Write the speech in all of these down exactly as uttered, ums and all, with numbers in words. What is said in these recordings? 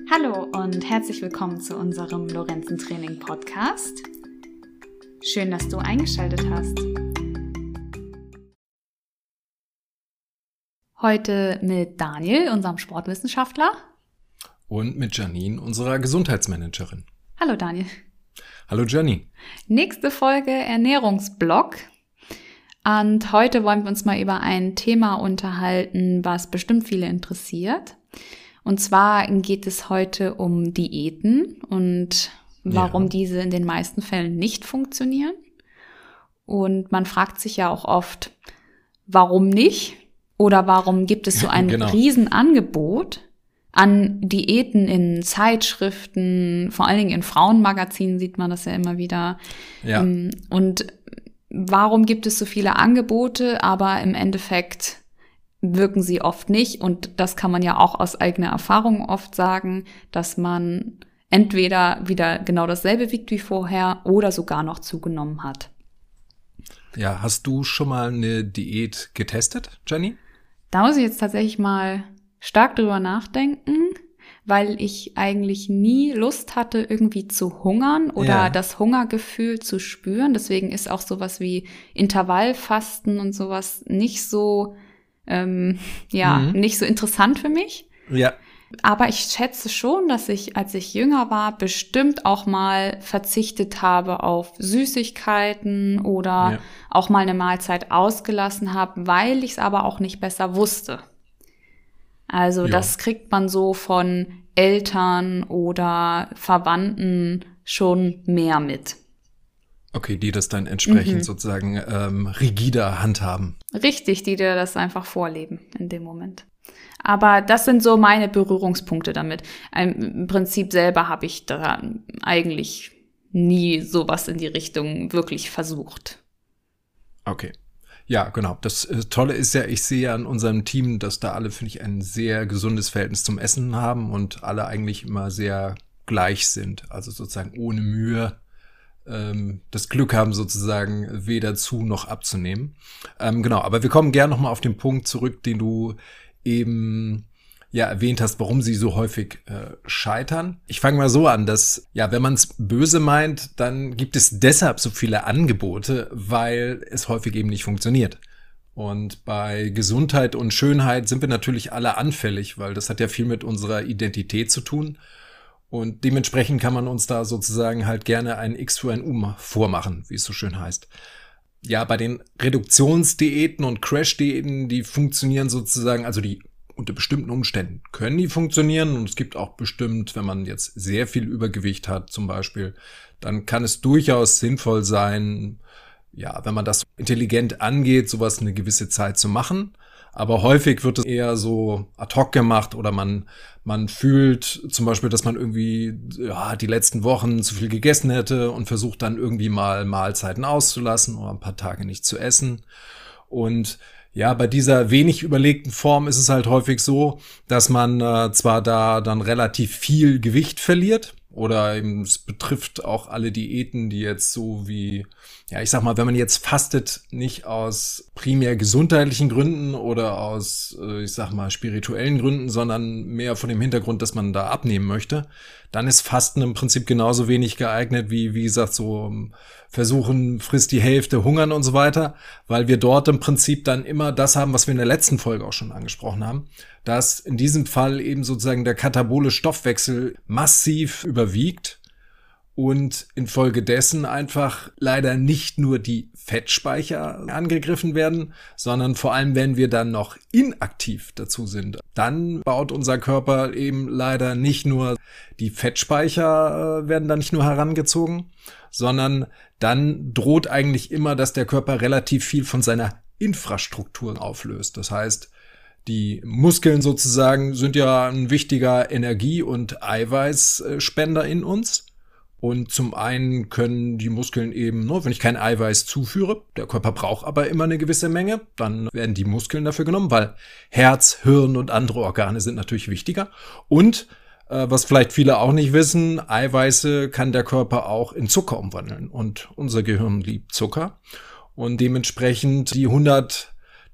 Hallo und herzlich willkommen zu unserem Lorenzen-Training-Podcast. Schön, dass du eingeschaltet hast. Heute mit Daniel, unserem Sportwissenschaftler. Und mit Janine, unserer Gesundheitsmanagerin. Hallo Daniel. Hallo Janine. Nächste Folge Ernährungsblog. Und heute wollen wir uns mal über ein Thema unterhalten, was bestimmt viele interessiert. Und zwar geht es heute um Diäten und warum ja. diese in den meisten Fällen nicht funktionieren. Und man fragt sich ja auch oft, warum nicht? Oder warum gibt es so ein genau. Riesenangebot an Diäten in Zeitschriften, vor allen Dingen in Frauenmagazinen sieht man das ja immer wieder. Ja. Und warum gibt es so viele Angebote, aber im Endeffekt wirken sie oft nicht? Und das kann man ja auch aus eigener Erfahrung oft sagen, dass man entweder wieder genau dasselbe wiegt wie vorher oder sogar noch zugenommen hat. Ja, hast du schon mal eine Diät getestet, Jenny? Da muss ich jetzt tatsächlich mal stark drüber nachdenken, weil ich eigentlich nie Lust hatte, irgendwie zu hungern oder ja. das Hungergefühl zu spüren. Deswegen ist auch sowas wie Intervallfasten und sowas nicht so, ähm, ja, mhm. nicht so interessant für mich. Ja. Aber ich schätze schon, dass ich, als ich jünger war, bestimmt auch mal verzichtet habe auf Süßigkeiten oder ja. auch mal eine Mahlzeit ausgelassen habe, weil ich es aber auch nicht besser wusste. Also ja. das kriegt man so von Eltern oder Verwandten schon mehr mit. Okay, die das dann entsprechend mhm. sozusagen ähm, rigider handhaben. Richtig, die dir das einfach vorleben in dem Moment. Aber das sind so meine Berührungspunkte damit. Im Prinzip selber habe ich da eigentlich nie sowas in die Richtung wirklich versucht. Okay. Ja, genau. Das äh, Tolle ist ja, ich sehe ja an unserem Team, dass da alle, finde ich, ein sehr gesundes Verhältnis zum Essen haben und alle eigentlich immer sehr gleich sind. Also sozusagen ohne Mühe ähm, das Glück haben, sozusagen weder zu noch abzunehmen. Ähm, genau, aber wir kommen gerne nochmal auf den Punkt zurück, den du eben ja erwähnt hast, warum sie so häufig äh, scheitern. Ich fange mal so an, dass, ja, wenn man es böse meint, dann gibt es deshalb so viele Angebote, weil es häufig eben nicht funktioniert. Und bei Gesundheit und Schönheit sind wir natürlich alle anfällig, weil das hat ja viel mit unserer Identität zu tun. Und dementsprechend kann man uns da sozusagen halt gerne ein X für ein U vormachen, wie es so schön heißt. Ja, bei den Reduktionsdiäten und Crash-Diäten, die funktionieren sozusagen, also die unter bestimmten Umständen können die funktionieren. Und es gibt auch bestimmt, wenn man jetzt sehr viel Übergewicht hat zum Beispiel, dann kann es durchaus sinnvoll sein, ja, wenn man das intelligent angeht, sowas eine gewisse Zeit zu machen. Aber häufig wird es eher so ad hoc gemacht oder man man fühlt zum Beispiel, dass man irgendwie ja die letzten Wochen zu viel gegessen hätte und versucht dann irgendwie mal Mahlzeiten auszulassen oder ein paar Tage nicht zu essen. Und ja, bei dieser wenig überlegten Form ist es halt häufig so, dass man äh, zwar da dann relativ viel Gewicht verliert oder eben es betrifft auch alle Diäten, die jetzt so wie, ja, ich sag mal, wenn man jetzt fastet, nicht aus primär gesundheitlichen Gründen oder aus, äh, ich sag mal, spirituellen Gründen, sondern mehr von dem Hintergrund, dass man da abnehmen möchte, dann ist Fasten im Prinzip genauso wenig geeignet wie, wie gesagt, so versuchen, frisst die Hälfte, hungern und so weiter, weil wir dort im Prinzip dann immer das haben, was wir in der letzten Folge auch schon angesprochen haben, dass in diesem Fall eben sozusagen der katabole Stoffwechsel massiv überwiegt und infolgedessen einfach leider nicht nur die Fettspeicher angegriffen werden, sondern vor allem, wenn wir dann noch inaktiv dazu sind, dann baut unser Körper eben leider nicht nur die Fettspeicher äh, werden dann nicht nur herangezogen, sondern dann droht eigentlich immer, dass der Körper relativ viel von seiner Infrastruktur auflöst. Das heißt, die Muskeln sozusagen sind ja ein wichtiger Energie- und Eiweißspender in uns. Und zum einen können die Muskeln eben, nur wenn ich kein Eiweiß zuführe, der Körper braucht aber immer eine gewisse Menge, dann werden die Muskeln dafür genommen, weil Herz, Hirn und andere Organe sind natürlich wichtiger. Und äh, was vielleicht viele auch nicht wissen, Eiweiße kann der Körper auch in Zucker umwandeln. Und unser Gehirn liebt Zucker. Und dementsprechend die hundert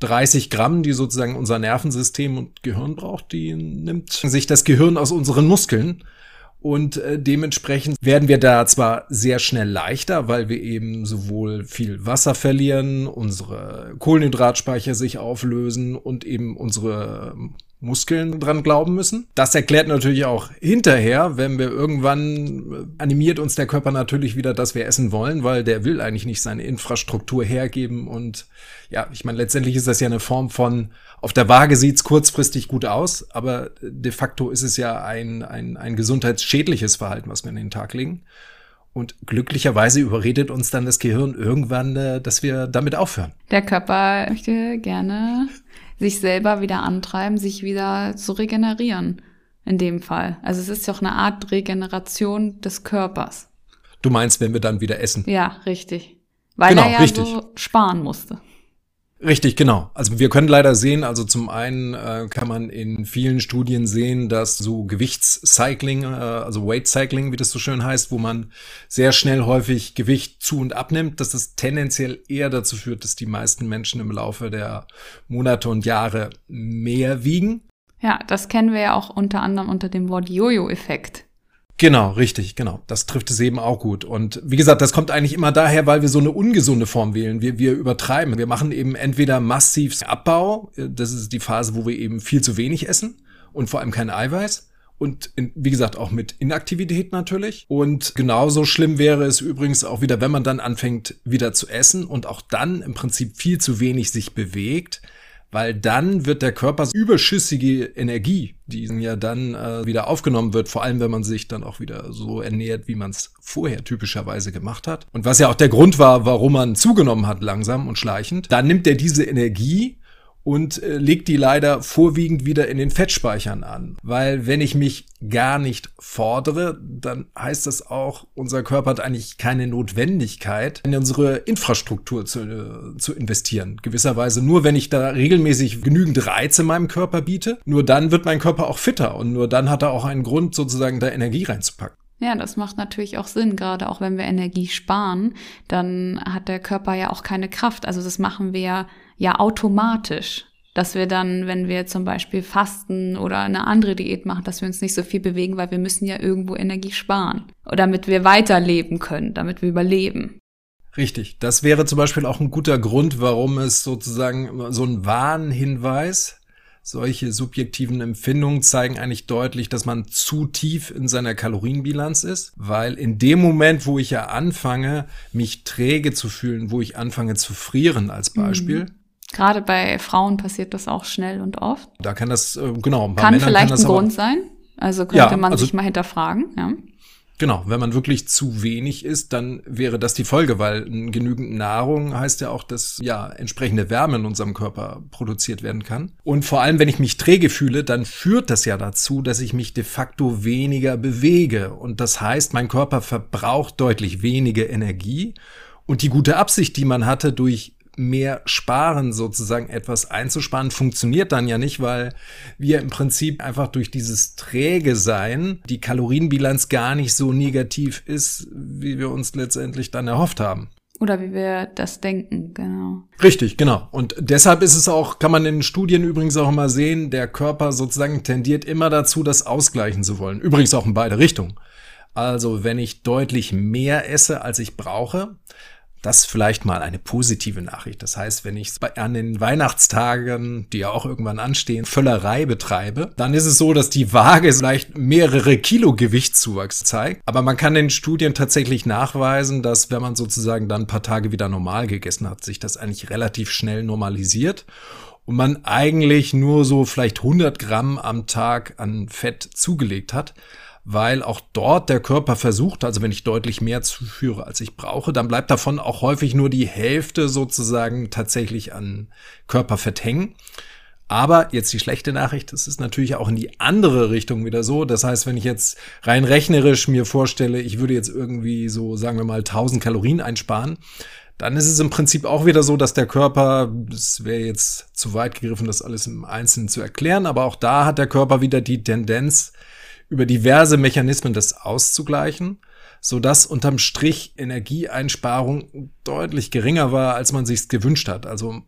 dreißig Gramm, die sozusagen unser Nervensystem und Gehirn braucht, die nimmt sich das Gehirn aus unseren Muskeln. Und äh, dementsprechend werden wir da zwar sehr schnell leichter, weil wir eben sowohl viel Wasser verlieren, unsere Kohlenhydratspeicher sich auflösen und eben unsere Muskeln dran glauben müssen. Das erklärt natürlich auch hinterher, wenn wir irgendwann animiert uns der Körper natürlich wieder, dass wir essen wollen, weil der will eigentlich nicht seine Infrastruktur hergeben. Und ja, ich meine, letztendlich ist das ja eine Form von, auf der Waage sieht's kurzfristig gut aus, aber de facto ist es ja ein, ein, ein gesundheitsschädliches Verhalten, was wir an den Tag legen. Und glücklicherweise überredet uns dann das Gehirn irgendwann, dass wir damit aufhören. Der Körper möchte gerne sich selber wieder antreiben, sich wieder zu regenerieren, in dem Fall. Also es ist ja auch eine Art Regeneration des Körpers. Du meinst, wenn wir dann wieder essen? Ja, richtig. Weil genau, er ja richtig. so sparen musste. Richtig, genau. Also wir können leider sehen, also zum einen äh, kann man in vielen Studien sehen, dass so Gewichtscycling, äh, also Weight Cycling, wie das so schön heißt, wo man sehr schnell häufig Gewicht zu- und abnimmt, dass das tendenziell eher dazu führt, dass die meisten Menschen im Laufe der Monate und Jahre mehr wiegen. Ja, das kennen wir ja auch unter anderem unter dem Wort Jojo-Effekt. Genau, richtig, genau. Das trifft es eben auch gut. Und wie gesagt, das kommt eigentlich immer daher, weil wir so eine ungesunde Form wählen. Wir, wir übertreiben. Wir machen eben entweder massiv Abbau. Das ist die Phase, wo wir eben viel zu wenig essen und vor allem kein Eiweiß. Und in, wie gesagt, auch mit Inaktivität natürlich. Und genauso schlimm wäre es übrigens auch wieder, wenn man dann anfängt, wieder zu essen und auch dann im Prinzip viel zu wenig sich bewegt. Weil dann wird der Körper überschüssige Energie, die ja dann äh, wieder aufgenommen wird, vor allem wenn man sich dann auch wieder so ernährt, wie man es vorher typischerweise gemacht hat. Und was ja auch der Grund war, warum man zugenommen hat, langsam und schleichend, dann nimmt er diese Energie und äh, legt die leider vorwiegend wieder in den Fettspeichern an. Weil wenn ich mich gar nicht fordere, dann heißt das auch, unser Körper hat eigentlich keine Notwendigkeit, in unsere Infrastruktur zu, äh, zu investieren. Gewisserweise nur, wenn ich da regelmäßig genügend Reize meinem Körper biete, nur dann wird mein Körper auch fitter und nur dann hat er auch einen Grund, sozusagen da Energie reinzupacken. Ja, das macht natürlich auch Sinn, gerade auch wenn wir Energie sparen, dann hat der Körper ja auch keine Kraft. Also das machen wir ja automatisch, dass wir dann, wenn wir zum Beispiel fasten oder eine andere Diät machen, dass wir uns nicht so viel bewegen, weil wir müssen ja irgendwo Energie sparen, damit wir weiterleben können, damit wir überleben. Richtig. Das wäre zum Beispiel auch ein guter Grund, warum es sozusagen so ein Warnhinweis, solche subjektiven Empfindungen zeigen eigentlich deutlich, dass man zu tief in seiner Kalorienbilanz ist, weil in dem Moment, wo ich ja anfange, mich träge zu fühlen, wo ich anfange zu frieren als Beispiel. Mhm. Gerade bei Frauen passiert das auch schnell und oft. Da kann das, äh, genau, bei kann Männern vielleicht kann das ein aber, Grund sein. Also könnte ja, man also, sich mal hinterfragen, ja. Genau, wenn man wirklich zu wenig isst, dann wäre das die Folge, weil genügend Nahrung heißt ja auch, dass ja entsprechende Wärme in unserem Körper produziert werden kann. Und vor allem, wenn ich mich träge fühle, dann führt das ja dazu, dass ich mich de facto weniger bewege. Und das heißt, mein Körper verbraucht deutlich weniger Energie. Und die gute Absicht, die man hatte, durch mehr Sparen sozusagen etwas einzusparen, funktioniert dann ja nicht, weil wir im Prinzip einfach durch dieses träge Sein die Kalorienbilanz gar nicht so negativ ist, wie wir uns letztendlich dann erhofft haben. Oder wie wir das denken, genau. Richtig, genau. Und deshalb ist es auch, kann man in Studien übrigens auch immer sehen, der Körper sozusagen tendiert immer dazu, das ausgleichen zu wollen. Übrigens auch in beide Richtungen. Also wenn ich deutlich mehr esse, als ich brauche, das ist vielleicht mal eine positive Nachricht. Das heißt, wenn ich an den Weihnachtstagen, die ja auch irgendwann anstehen, Völlerei betreibe, dann ist es so, dass die Waage vielleicht mehrere Kilo Gewichtszuwachs zeigt. Aber man kann in Studien tatsächlich nachweisen, dass wenn man sozusagen dann ein paar Tage wieder normal gegessen hat, sich das eigentlich relativ schnell normalisiert und man eigentlich nur so vielleicht hundert Gramm am Tag an Fett zugelegt hat. Weil auch dort der Körper versucht, also wenn ich deutlich mehr zuführe, als ich brauche, dann bleibt davon auch häufig nur die Hälfte sozusagen tatsächlich an Körperfett hängen. Aber jetzt die schlechte Nachricht, es ist natürlich auch in die andere Richtung wieder so. Das heißt, wenn ich jetzt rein rechnerisch mir vorstelle, ich würde jetzt irgendwie so, sagen wir mal, tausend Kalorien einsparen, dann ist es im Prinzip auch wieder so, dass der Körper, das wäre jetzt zu weit gegriffen, das alles im Einzelnen zu erklären, aber auch da hat der Körper wieder die Tendenz, über diverse Mechanismen das auszugleichen, sodass unterm Strich Energieeinsparung deutlich geringer war, als man sich's gewünscht hat. Also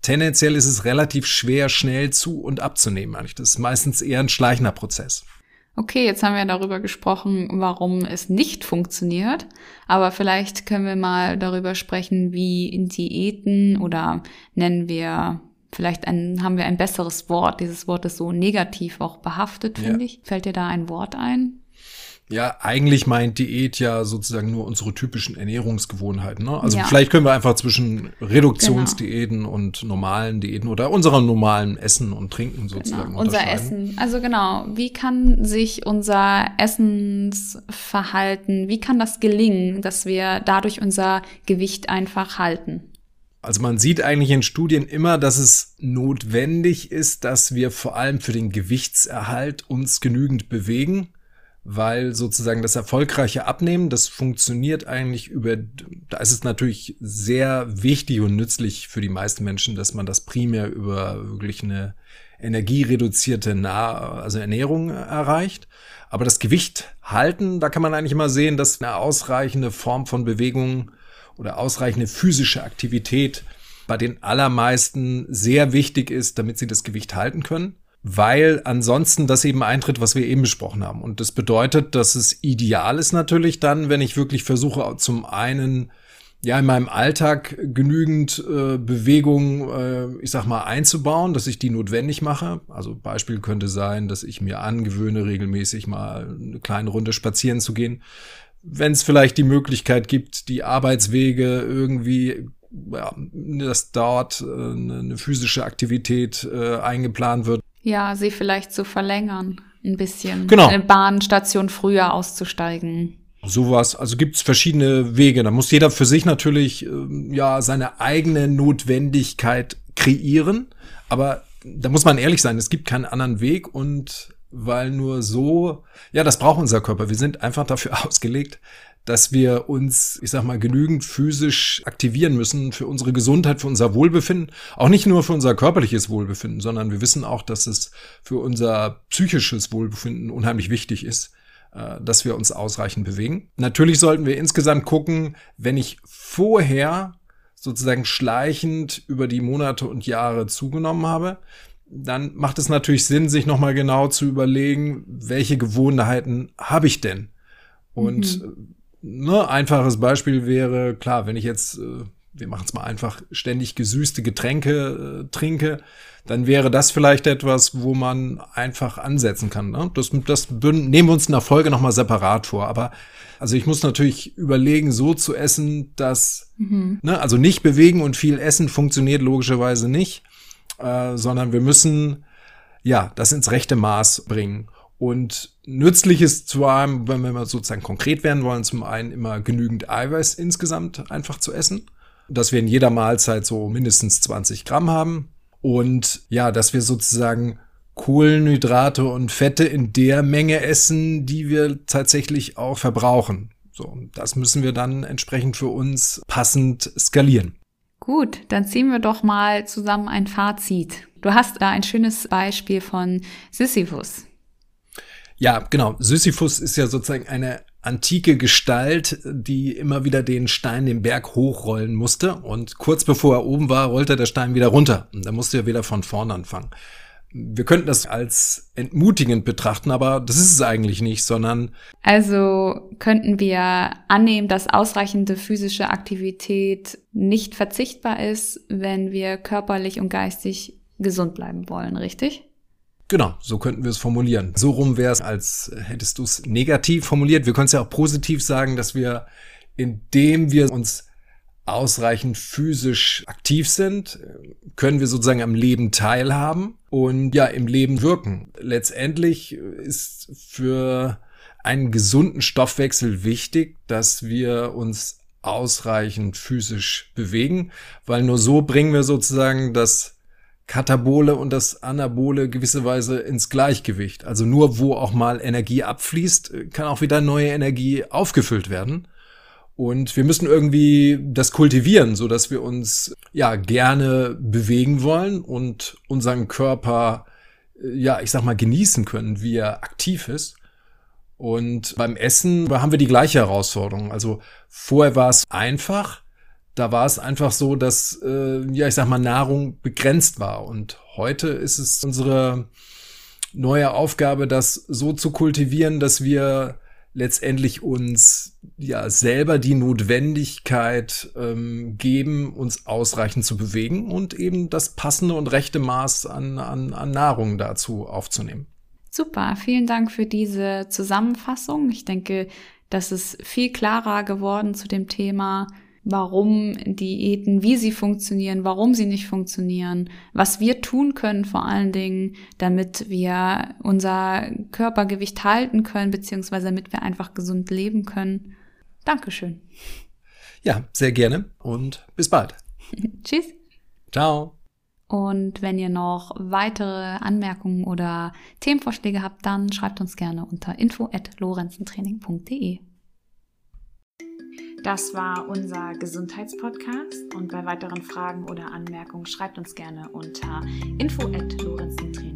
tendenziell ist es relativ schwer, schnell zu- und abzunehmen. Eigentlich. Das ist meistens eher ein schleichender Prozess. Okay, jetzt haben wir darüber gesprochen, warum es nicht funktioniert. Aber vielleicht können wir mal darüber sprechen, wie in Diäten oder nennen wir, vielleicht ein, haben wir ein besseres Wort. Dieses Wort ist so negativ auch behaftet, finde Ja. ich. Fällt dir da ein Wort ein? Ja, eigentlich meint Diät ja sozusagen nur unsere typischen Ernährungsgewohnheiten. Ne? Also Ja. vielleicht können wir einfach zwischen Reduktionsdiäten genau. und normalen Diäten oder unserem normalen Essen und Trinken sozusagen genau. Unser unterscheiden. Essen. Also genau, wie kann sich unser Essensverhalten, wie kann das gelingen, dass wir dadurch unser Gewicht einfach halten? Also man sieht eigentlich in Studien immer, dass es notwendig ist, dass wir vor allem für den Gewichtserhalt uns genügend bewegen. Weil sozusagen das erfolgreiche Abnehmen, das funktioniert eigentlich über, da ist es natürlich sehr wichtig und nützlich für die meisten Menschen, dass man das primär über wirklich eine energiereduzierte Nah-, also Ernährung erreicht. Aber das Gewicht halten, da kann man eigentlich immer sehen, dass eine ausreichende Form von Bewegung oder ausreichende physische Aktivität bei den allermeisten sehr wichtig ist, damit sie das Gewicht halten können. Weil ansonsten das eben eintritt, was wir eben besprochen haben. Und das bedeutet, dass es ideal ist natürlich dann, wenn ich wirklich versuche, zum einen ja in meinem Alltag genügend äh, Bewegung, äh, ich sag mal, einzubauen, dass ich die notwendig mache. Also Beispiel könnte sein, dass ich mir angewöhne, regelmäßig mal eine kleine Runde spazieren zu gehen. Wenn es vielleicht die Möglichkeit gibt, die Arbeitswege irgendwie, ja, dass dort äh, eine physische Aktivität äh, eingeplant wird. Ja, sie vielleicht zu verlängern, ein bisschen. Genau. Eine Bahnstation früher auszusteigen. Sowas, also gibt's verschiedene Wege. Da muss jeder für sich natürlich äh, ja seine eigene Notwendigkeit kreieren. Aber da muss man ehrlich sein, es gibt keinen anderen Weg. Und weil nur so, ja, das braucht unser Körper. Wir sind einfach dafür ausgelegt, dass wir uns, ich sag mal, genügend physisch aktivieren müssen für unsere Gesundheit, für unser Wohlbefinden. Auch nicht nur für unser körperliches Wohlbefinden, sondern wir wissen auch, dass es für unser psychisches Wohlbefinden unheimlich wichtig ist, äh, dass wir uns ausreichend bewegen. Natürlich sollten wir insgesamt gucken, wenn ich vorher sozusagen schleichend über die Monate und Jahre zugenommen habe, dann macht es natürlich Sinn, sich nochmal genau zu überlegen, welche Gewohnheiten habe ich denn? Und mhm. Ne, einfaches Beispiel wäre, klar, wenn ich jetzt, äh, wir machen es mal einfach, ständig gesüßte Getränke äh, trinke, dann wäre das vielleicht etwas, wo man einfach ansetzen kann. Ne? Das, das nehmen wir uns in der Folge nochmal separat vor. Aber also ich muss natürlich überlegen, so zu essen, dass, mhm. ne, also nicht bewegen und viel essen funktioniert logischerweise nicht, äh, sondern wir müssen ja das ins rechte Maß bringen. Und nützlich ist zwar, wenn wir sozusagen konkret werden wollen, zum einen immer genügend Eiweiß insgesamt einfach zu essen, dass wir in jeder Mahlzeit so mindestens zwanzig Gramm haben und ja, dass wir sozusagen Kohlenhydrate und Fette in der Menge essen, die wir tatsächlich auch verbrauchen. So, das müssen wir dann entsprechend für uns passend skalieren. Gut, dann ziehen wir doch mal zusammen ein Fazit. Du hast da ein schönes Beispiel von Sisyphus. Ja, genau. Sisyphus ist ja sozusagen eine antike Gestalt, die immer wieder den Stein den Berg hochrollen musste. Und kurz bevor er oben war, rollte der Stein wieder runter. Und da musste er wieder von vorn anfangen. Wir könnten das als entmutigend betrachten, aber das ist es eigentlich nicht, sondern... Also könnten wir annehmen, dass ausreichende physische Aktivität nicht verzichtbar ist, wenn wir körperlich und geistig gesund bleiben wollen, richtig? Genau, so könnten wir es formulieren. So rum wäre es, als hättest du es negativ formuliert. Wir können es ja auch positiv sagen, dass wir, indem wir uns ausreichend physisch aktiv sind, können wir sozusagen am Leben teilhaben und ja, im Leben wirken. Letztendlich ist für einen gesunden Stoffwechsel wichtig, dass wir uns ausreichend physisch bewegen, weil nur so bringen wir sozusagen das Katabole und das Anabole gewisse Weise ins Gleichgewicht. Also nur wo auch mal Energie abfließt, kann auch wieder neue Energie aufgefüllt werden. Und wir müssen irgendwie das kultivieren, so dass wir uns ja gerne bewegen wollen und unseren Körper, ja, ich sag mal, genießen können, wie er aktiv ist. Und beim Essen haben wir die gleiche Herausforderung. Also vorher war es einfach, da war es einfach so, dass, äh, ja, ich sag mal, Nahrung begrenzt war. Und heute ist es unsere neue Aufgabe, das so zu kultivieren, dass wir letztendlich uns ja selber die Notwendigkeit ähm, geben, uns ausreichend zu bewegen und eben das passende und rechte Maß an, an, an Nahrung dazu aufzunehmen. Super, vielen Dank für diese Zusammenfassung. Ich denke, das ist viel klarer geworden zu dem Thema, warum Diäten, wie sie funktionieren, warum sie nicht funktionieren, was wir tun können vor allen Dingen, damit wir unser Körpergewicht halten können, beziehungsweise damit wir einfach gesund leben können. Dankeschön. Ja, sehr gerne und bis bald. Tschüss. Ciao. Und wenn ihr noch weitere Anmerkungen oder Themenvorschläge habt, dann schreibt uns gerne unter info at lorenzentraining punkt de. Das war unser Gesundheitspodcast und bei weiteren Fragen oder Anmerkungen schreibt uns gerne unter info at lorenzentraining punkt de.